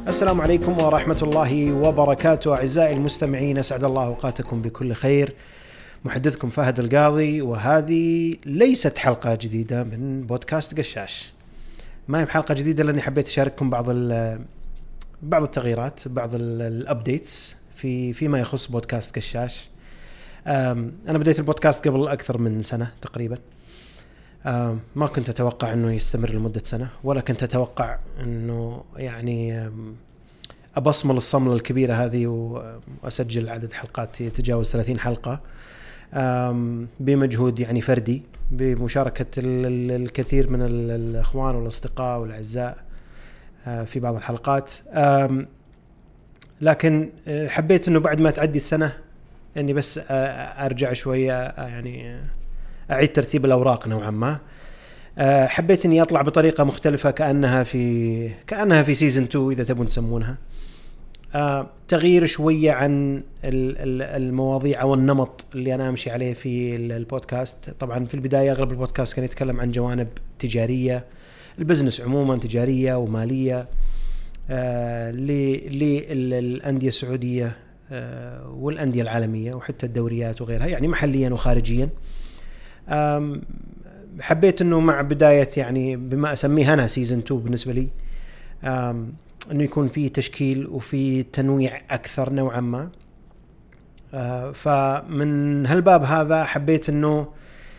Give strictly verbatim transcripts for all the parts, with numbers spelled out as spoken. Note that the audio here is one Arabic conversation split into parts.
السلام عليكم ورحمة الله وبركاته أعزائي المستمعين، أسعد الله أوقاتكم بكل خير. محدثكم فهد القاضي، وهذه ليست حلقة جديدة من بودكاست قشاش. ما هي حلقة جديدة لأني حبيت أشارككم بعض بعض التغييرات، بعض الأبديتس في فيما يخص بودكاست قشاش. أنا بديت البودكاست قبل أكثر من سنة تقريبا. ما كنت أتوقع أنه يستمر لمدة سنة، ولا كنت أتوقع أنه يعني أبصمل الصملة الكبيرة هذه وأسجل عدد حلقات يتجاوز ثلاثين حلقة بمجهود يعني فردي، بمشاركة الكثير من الأخوان والأصدقاء والأعزاء في بعض الحلقات. لكن حبيت أنه بعد ما تعدي السنة أني بس أرجع شوية، يعني أعيد ترتيب الأوراق نوعا ما. حبيت أني أطلع بطريقة مختلفة، كأنها في كأنها في سيزن اثنين إذا تبون تسمونها. تغيير شوية عن المواضيع أو النمط اللي أنا أمشي عليه في البودكاست. طبعا في البداية أغلب البودكاست كان يتكلم عن جوانب تجارية، البزنس عموما تجارية ومالية للأندية السعودية والأندية العالمية وحتى الدوريات وغيرها، يعني محليا وخارجيا. حبيت أنه مع بداية يعني بما أسميها أنا سيزن اثنين بالنسبة لي، أنه يكون فيه تشكيل وفي تنويع أكثر نوعا ما. فمن هالباب هذا حبيت أنه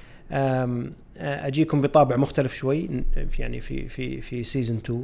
أجيكم بطابع مختلف شوي، يعني في في في سيزن اثنين.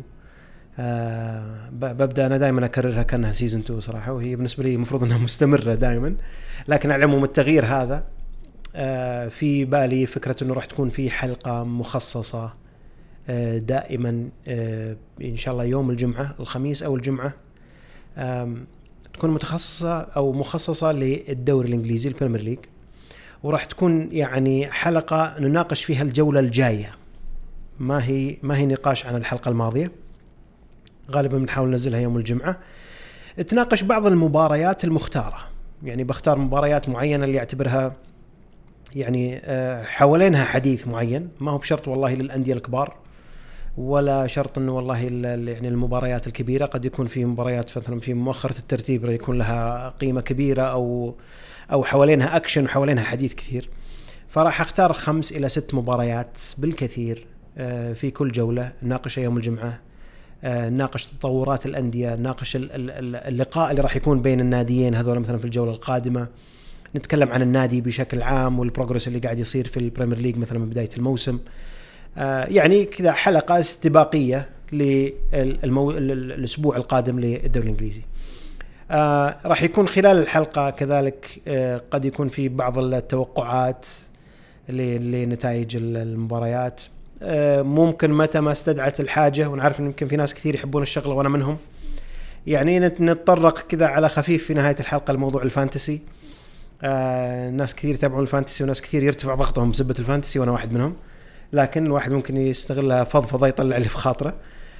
ببدأ أنا دائما أكررها كأنها سيزن اثنين صراحة، وهي بالنسبة لي مفروض أنها مستمرة دائما. لكن على العموم التغيير هذا في بالي فكرة أنه راح تكون في حلقة مخصصة دائما إن شاء الله يوم الجمعة، الخميس أو الجمعة، تكون متخصصة أو مخصصة للدوري الإنجليزي البريمير ليج. وراح تكون يعني حلقة نناقش فيها الجولة الجاية، ما هي ما هي نقاش عن الحلقة الماضية. غالبا بنحاول ننزلها يوم الجمعة، تناقش بعض المباريات المختارة. يعني بختار مباريات معينة اللي يعتبرها يعني حوالينها حديث معين، ما هو بشرط والله للأندية الكبار، ولا شرط انه والله يعني المباريات الكبيرة. قد يكون في مباريات مثلا في مؤخرة الترتيب يكون لها قيمة كبيرة، او او حوالينها اكشن وحوالينها حديث كثير. فراح اختار خمس الى ست مباريات بالكثير في كل جولة نناقش يوم الجمعة. نناقش تطورات الأندية، نناقش اللقاء اللي راح يكون بين الناديين هذول مثلا في الجولة القادمة. نتكلم عن النادي بشكل عام والبروجرس اللي قاعد يصير في البريمير ليج مثلا من بداية الموسم. آه يعني كذا حلقة استباقية للأسبوع القادم للدوري الإنجليزي. آه راح يكون خلال الحلقة كذلك آه قد يكون في بعض التوقعات لنتائج المباريات. آه ممكن متى ما استدعت الحاجة، ونعرف إن يمكن في ناس كثير يحبون الشغلة وأنا منهم، يعني نتطرق كذا على خفيف في نهاية الحلقة الموضوع الفانتسي. آه ناس كثير يتابعون الفانتسي، وناس كثير يرتفع ضغطهم بسبة الفانتسي، وأنا واحد منهم. لكن الواحد ممكن يستغلها فضفضة يطلع اللي في خاطره.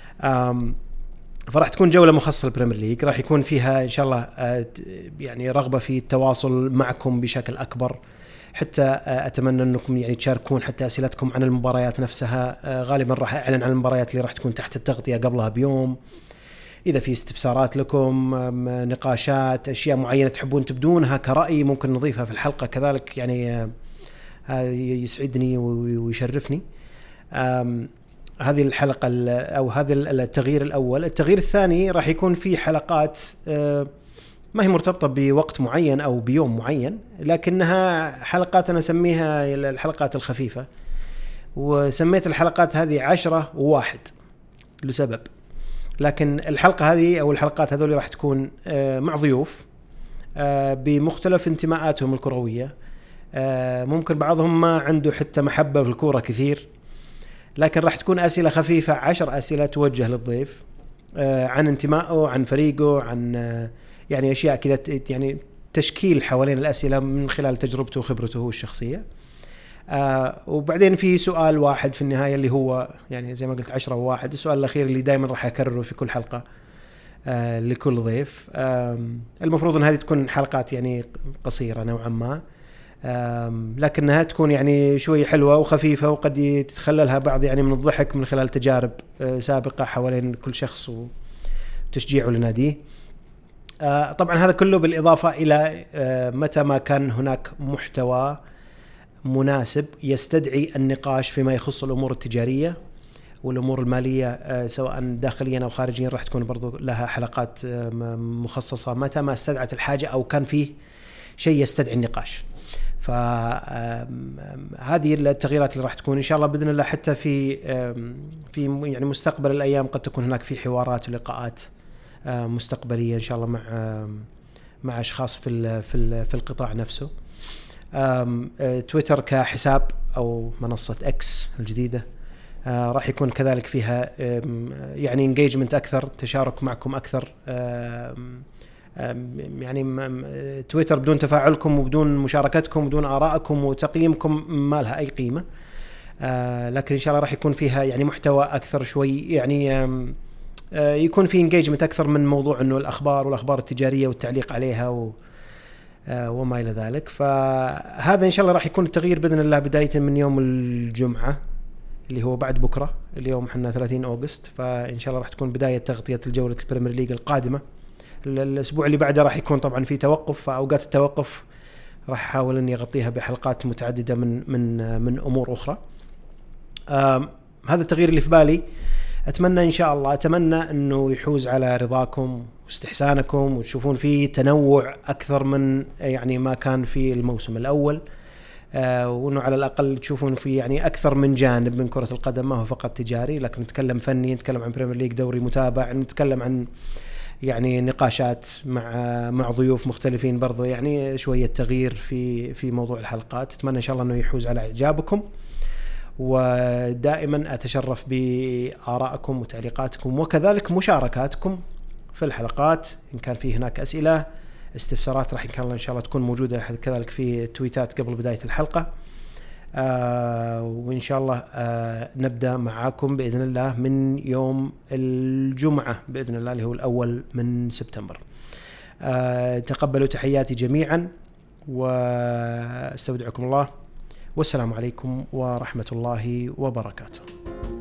فراح تكون جولة مخصصة للبريمير ليج، راح يكون فيها إن شاء الله يعني رغبة في التواصل معكم بشكل أكبر. حتى أتمنى أنكم يعني تشاركون حتى أسئلتكم عن المباريات نفسها. غالبا راح أعلن عن المباريات اللي راح تكون تحت التغطية قبلها بيوم. إذا في استفسارات لكم، نقاشات، أشياء معينة تحبون تبدونها كرأي، ممكن نضيفها في الحلقة كذلك. يعني هذا يسعدني ويشرفني. هذه الحلقة أو هذا التغيير الأول. التغيير الثاني راح يكون في حلقات ما هي مرتبطة بوقت معين أو بيوم معين، لكنها حلقات أنا أسميها الحلقات الخفيفة. وسميت الحلقات هذه عشرة وواحد لسبب. لكن الحلقة هذه أو الحلقات هذول راح تكون مع ضيوف بمختلف انتماءاتهم الكروية. ممكن بعضهم ما عنده حتى محبة في الكورة كثير، لكن راح تكون أسئلة خفيفة، عشر أسئلة توجه للضيف عن انتمائه، عن فريقه، عن يعني أشياء كذا، يعني تشكيل حوالين الأسئلة من خلال تجربته وخبرته الشخصية. وبعدين في سؤال واحد في النهاية اللي هو يعني زي ما قلت عشرة وواحد. السؤال الأخير اللي دائما راح أكرره في كل حلقة لكل ضيف. المفروض أن هذه تكون حلقات يعني قصيرة نوعا ما، لكنها تكون يعني شوي حلوة وخفيفة، وقد يتخللها بعض يعني من الضحك من خلال تجارب سابقة حوالين كل شخص وتشجيعه لناديه. طبعا هذا كله بالإضافة إلى متى ما كان هناك محتوى مناسب يستدعي النقاش فيما يخص الأمور التجارية والأمور المالية سواء داخليا أو خارجيا، راح تكون برضو لها حلقات مخصصة متى ما استدعت الحاجة أو كان فيه شيء يستدعي النقاش. فهذه التغييرات اللي راح تكون إن شاء الله بإذن الله، حتى في في يعني مستقبل الأيام قد تكون هناك في حوارات ولقاءات مستقبلية إن شاء الله مع مع أشخاص في في في القطاع نفسه. تويتر كحساب أو منصة إكس الجديدة راح يكون كذلك فيها يعني انجيجمنت أكثر، تشارك معكم أكثر. يعني تويتر بدون تفاعلكم وبدون مشاركتكم وبدون آرائكم وتقييمكم ما لها أي قيمة، لكن إن شاء الله راح يكون فيها يعني محتوى أكثر شوي، يعني يكون في انجيجمنت أكثر من موضوع إنه الأخبار والأخبار التجارية والتعليق عليها و وما إلى ذلك. فهذا إن شاء الله راح يكون التغيير بإذن الله بداية من يوم الجمعة اللي هو بعد بكرة. اليوم حنا ثلاثين أغسطس، فإن شاء الله راح تكون بداية تغطية الجولة البريمير ليج القادمة. الأسبوع اللي بعده راح يكون طبعا في توقف، فأوقات التوقف راح أحاول إني أغطيها بحلقات متعددة من من من أمور أخرى. هذا التغيير اللي في بالي، أتمنى إن شاء الله أتمنى إنه يحوز على رضاكم واستحسانكم وتشوفون فيه تنوع أكثر من يعني ما كان في الموسم الأول، آه وإنه على الأقل تشوفون فيه يعني أكثر من جانب من كرة القدم، ما هو فقط تجاري لكن نتكلم فني، نتكلم عن بريمير ليج دوري متابع، نتكلم عن يعني نقاشات مع مع ضيوف مختلفين برضو، يعني شوية تغيير في في موضوع الحلقات. أتمنى إن شاء الله إنه يحوز على إعجابكم، ودائما أتشرف بآرائكم وتعليقاتكم وكذلك مشاركاتكم في الحلقات. إن كان في هناك أسئلة استفسارات راح إن شاء الله تكون موجودة كذلك في تويتات قبل بداية الحلقة. آه وإن شاء الله آه نبدأ معاكم بإذن الله من يوم الجمعة بإذن الله اللي هو الأول من سبتمبر. آه تقبلوا تحياتي جميعا واستودعكم الله، والسلام عليكم ورحمة الله وبركاته.